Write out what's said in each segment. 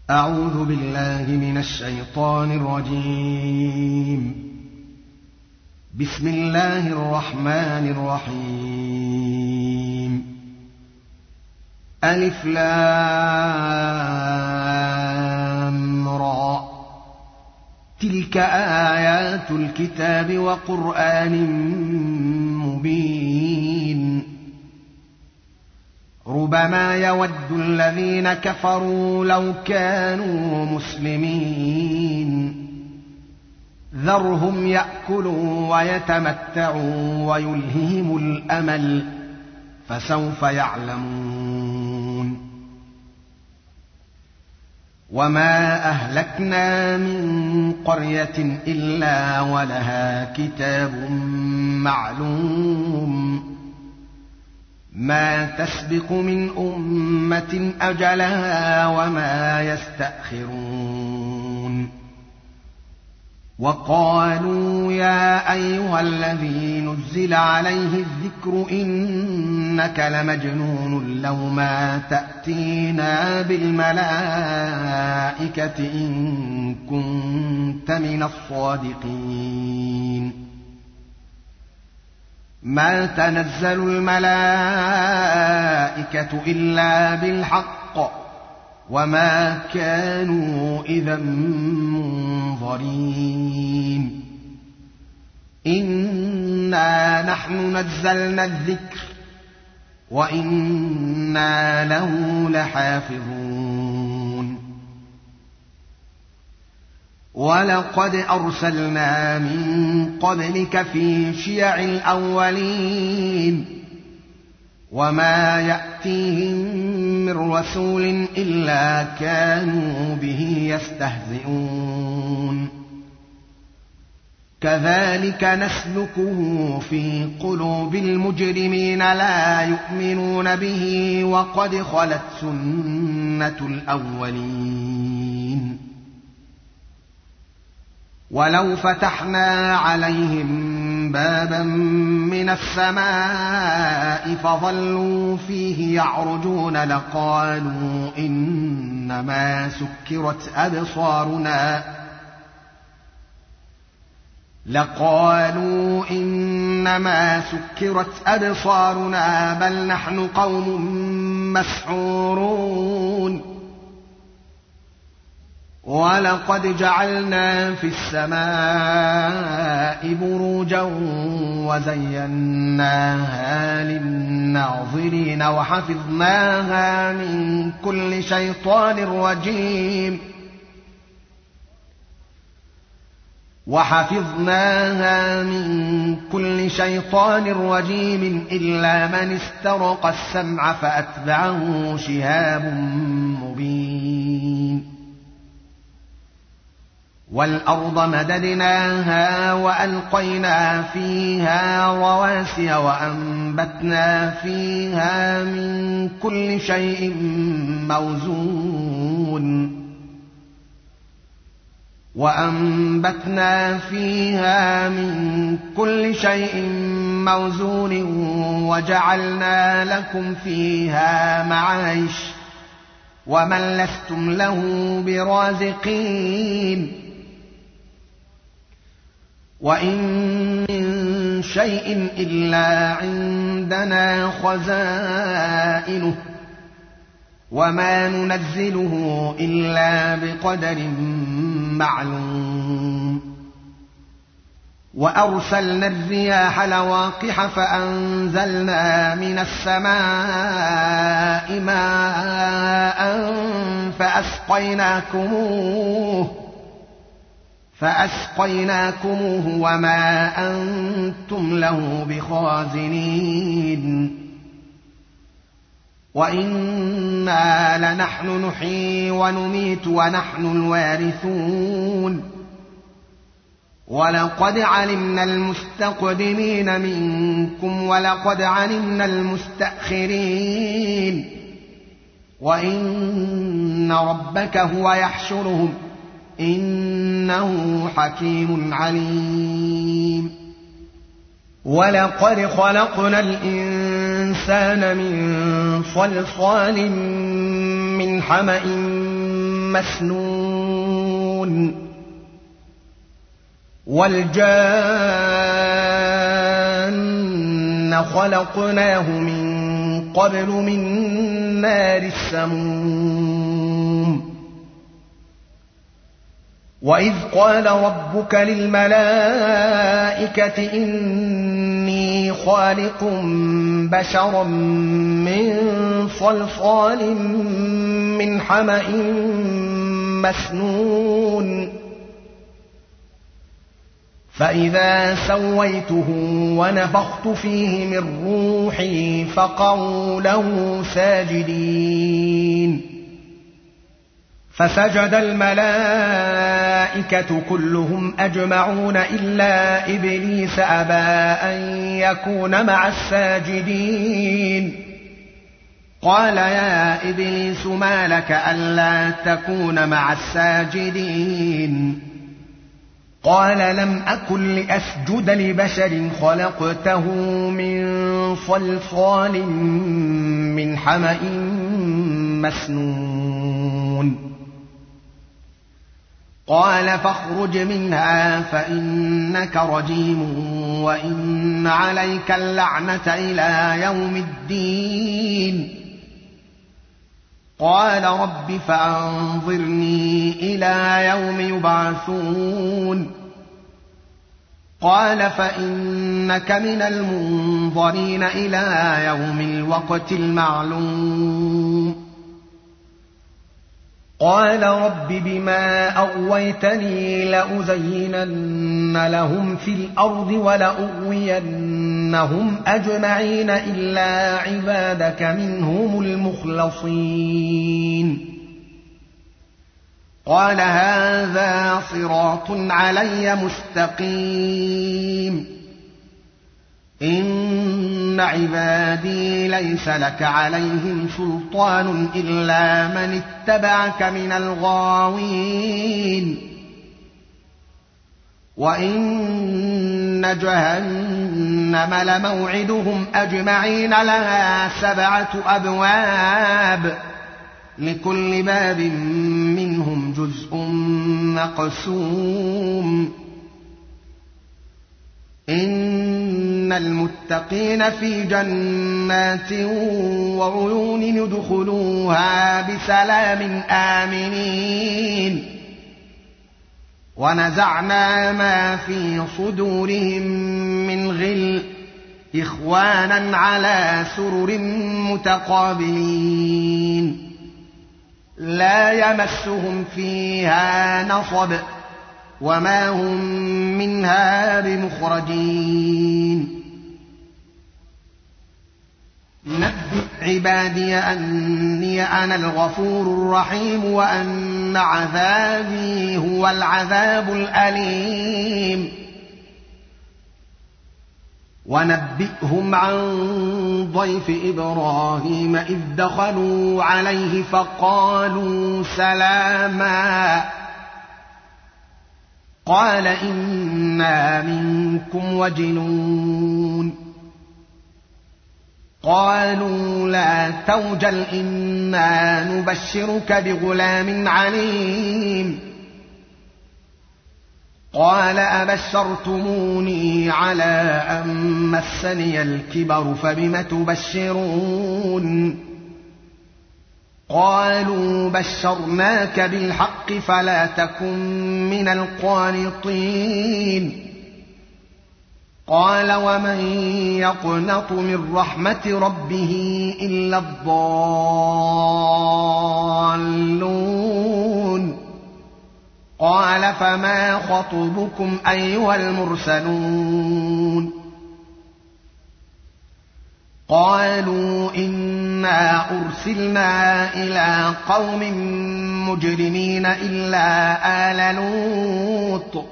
أعوذ بالله من الشيطان الرجيم. بسم الله الرحمن الرحيم. ألف لام را، تلك آيات الكتاب وقرآن مبين. ربما يود الذين كفروا لو كانوا مسلمين، ذرهم يأكلوا ويتمتعوا ويلههم الأمل، فسوف يعلمون. وما أهلكنا من قرية إلا ولها كتاب معلوم، ما تسبق من أمة أجلها وما يستأخرون. وقالوا يا أيها الذي نزل عليه الذكر إنك لمجنون، لو ما تأتينا بالملائكة إن كنت من الصادقين. ما تنزل الملائكة إلا بالحق وما كانوا إذا منظرين. إنا نحن نزلنا الذكر وإنا له لحافظون. ولقد أرسلنا من قبلك في شيع الأولين، وما يأتيهم من رسول إلا كانوا به يستهزئون. كذلك نسلكه في قلوب المجرمين، لا يؤمنون به وقد خلت سنة الأولين. ولو فتحنا عليهم بابا من السماء فظلوا فيه يعرجون لقالوا إنما سكرت أبصارنا بل نحن قوم مسحورون. ولقد جعلنا في السماء بروجا وزيناها للناظرين وحفظناها من كل شيطان رجيم إلا من استرق السمع فأتبعه شهاب مبين. والأرض مددناها وألقينا فيها رواسي وأنبتنا فيها من كل شيء موزون وجعلنا لكم فيها معايش ومن لستم له برازقين. وإن من شيء إلا عندنا خزائنه وما ننزله إلا بقدر معلوم. وأرسلنا الرياح لواقح فأنزلنا من السماء ماء فأسقيناكموه وما أنتم له بخازنين. وإنا لنحن نحيي ونميت ونحن الوارثون. ولقد علمنا المستقدمين منكم ولقد علمنا المستأخرين. وإن ربك هو يحشرهم إنه حكيم عليم. ولقد خلقنا الإنسان من صلصال من حمأ مسنون والجان خلقناه من قبل من نار السموم وإذ قال ربك للملائكة إني خالق بشرا من صلصال من حمأ مسنون فإذا سويته ونفخت فيه من روحي فقعوا له ساجدين فسجد الملائكة كلهم أجمعون إلا إبليس أبى أن يكون مع الساجدين قال يا إبليس ما لك ألا تكون مع الساجدين قال لم أكن لأسجد لبشر خلقته من صلصال من حمأ مسنون قال فاخرج منها فإنك رجيم وإن عليك اللعنة إلى يوم الدين قال رب فأنظرني إلى يوم يبعثون قال فإنك من المنظرين إلى يوم الوقت المعلوم قال رب بما أغويتني لأزينن لهم في الأرض ولأغوينهم أجمعين إلا عبادك منهم المخلصين قال هذا صراط علي مستقيم إن عبادي ليس لك عليهم سلطان إلا من اتبعك من الغاوين وإن جهنم لموعدهم أجمعين لها 7 أبواب لكل باب منهم جزء مقسوم إن المتقين في جنات وعيون يدخلوها بسلام آمنين ونزعنا ما في صدورهم من غل إخوانا على سرر متقابلين لا يمسهم فيها نصب وما هم منها بمخرجين نبئ عبادي أني أنا الغفور الرحيم وأن عذابي هو العذاب الأليم ونبئهم عن ضيف إبراهيم إذ دخلوا عليه فقالوا سلاما قال إنا منكم وجلون قالوا لا توجل إنا نبشرك بغلام عليم قال أبشرتموني على أن مسني الكبر فبم تبشرون قالوا بشرناك بالحق فلا تكن من القانطين قال ومن يقنط من رحمة ربه إلا الضالون قال فما خطبكم أيها المرسلون قالوا إنا أرسلنا إلى قوم مجرمين إلا آل لوط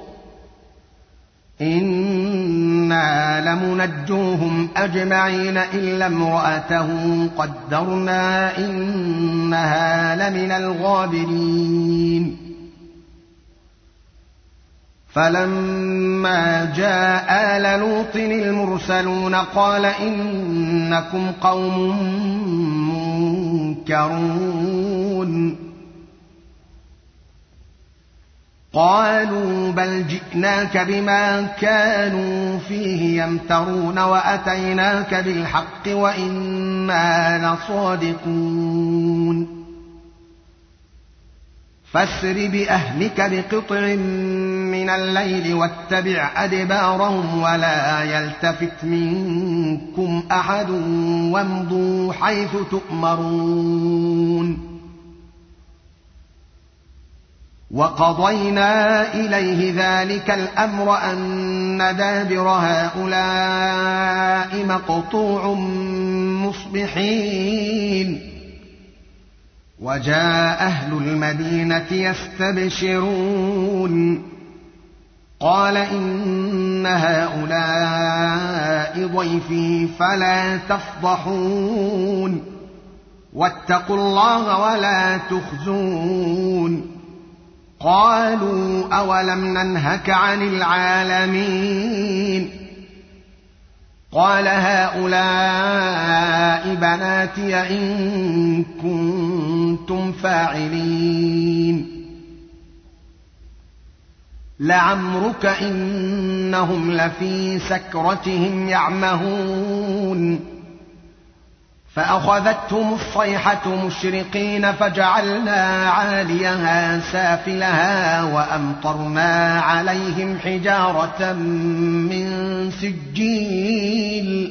إنا لمنجوهم أجمعين إلا امرأته قدرنا إنها لمن الغابرين فلما جاء آل لوط المرسلون قال إنكم قوم منكرون قالوا بل جئناك بما كانوا فيه يمترون وأتيناك بالحق وإنا لصادقون فاسر بأهلك بقطع من الليل واتبع أدبارهم ولا يلتفت منكم أحد وامضوا حيث تؤمرون وقضينا إليه ذلك الأمر أن دابر هؤلاء مقطوع مصبحين وجاء أهل المدينة يستبشرون قال إن هؤلاء ضيفي فلا تفضحون واتقوا الله ولا تخزون قالوا أولم ننهك عن العالمين قال هؤلاء بناتي إن كنتم فاعلين لعمرك إنهم لفي سكرتهم يعمهون فأخذتهم الصيحة مشرقين فجعلنا عاليها سافلها وأمطرنا عليهم حجارة من سجيل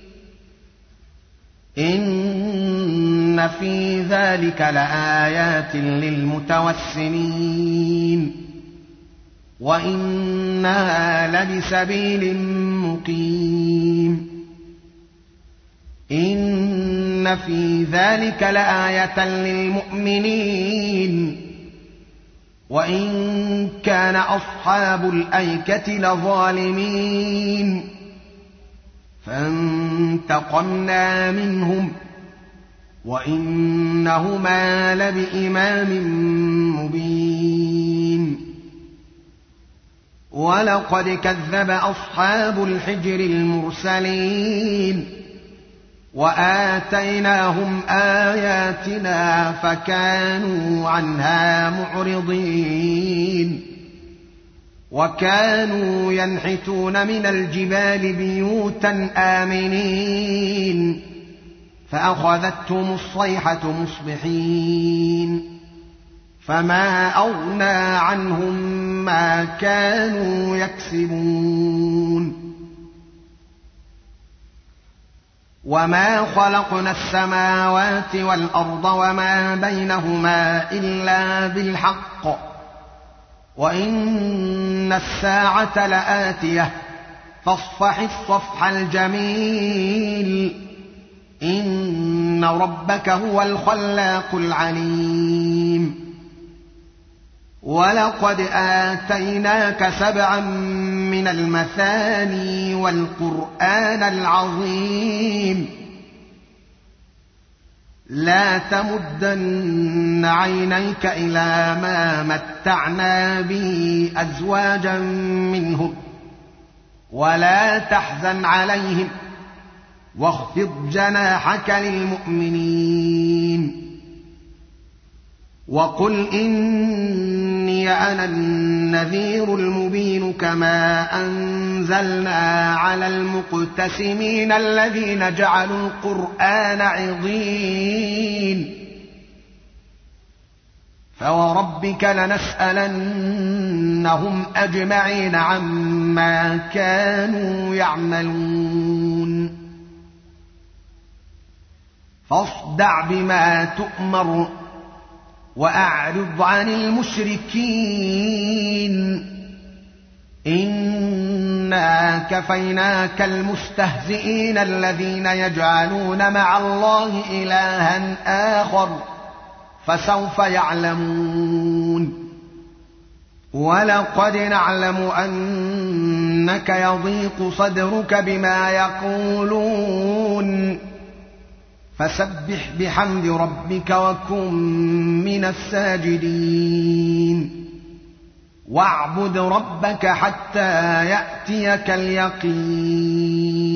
إن في ذلك لآيات للمتوسمين وإنها لبسبيل مقيم إن في ذلك لآية للمؤمنين وإن كان أصحاب الأيكة لظالمين فانتقمنا منهم وإنهما لبإمام مبين ولقد كذب أصحاب الحجر المرسلين وآتيناهم آياتنا فكانوا عنها معرضين وكانوا ينحتون من الجبال بيوتا آمنين فأخذتهم الصيحة مصبحين فما أغنى عنهم ما كانوا يكسبون وما خلقنا السماوات والأرض وما بينهما إلا بالحق وإن الساعة لآتية فاصفح الصفح الجميل إن ربك هو الخلاق العليم ولقد آتيناك 7 من المثاني والقرآن العظيم لا تمدن عينيك إلى ما متعنا به أزواجا منهم ولا تحزن عليهم واخفض جناحك للمؤمنين وقل إني أنا النذير المبين كما أنزلنا على المقتسمين الذين جعلوا القرآن عضين فوربك لنسألنهم أجمعين عما كانوا يعملون فاصدع بما تؤمر وأعرض عن المشركين إنا كفيناك المستهزئين الذين يجعلون مع الله إلها آخر فسوف يعلمون ولقد نعلم أنك يضيق صدرك بما يقولون فسبح بحمد ربك وكن من الساجدين واعبد ربك حتى يأتيك اليقين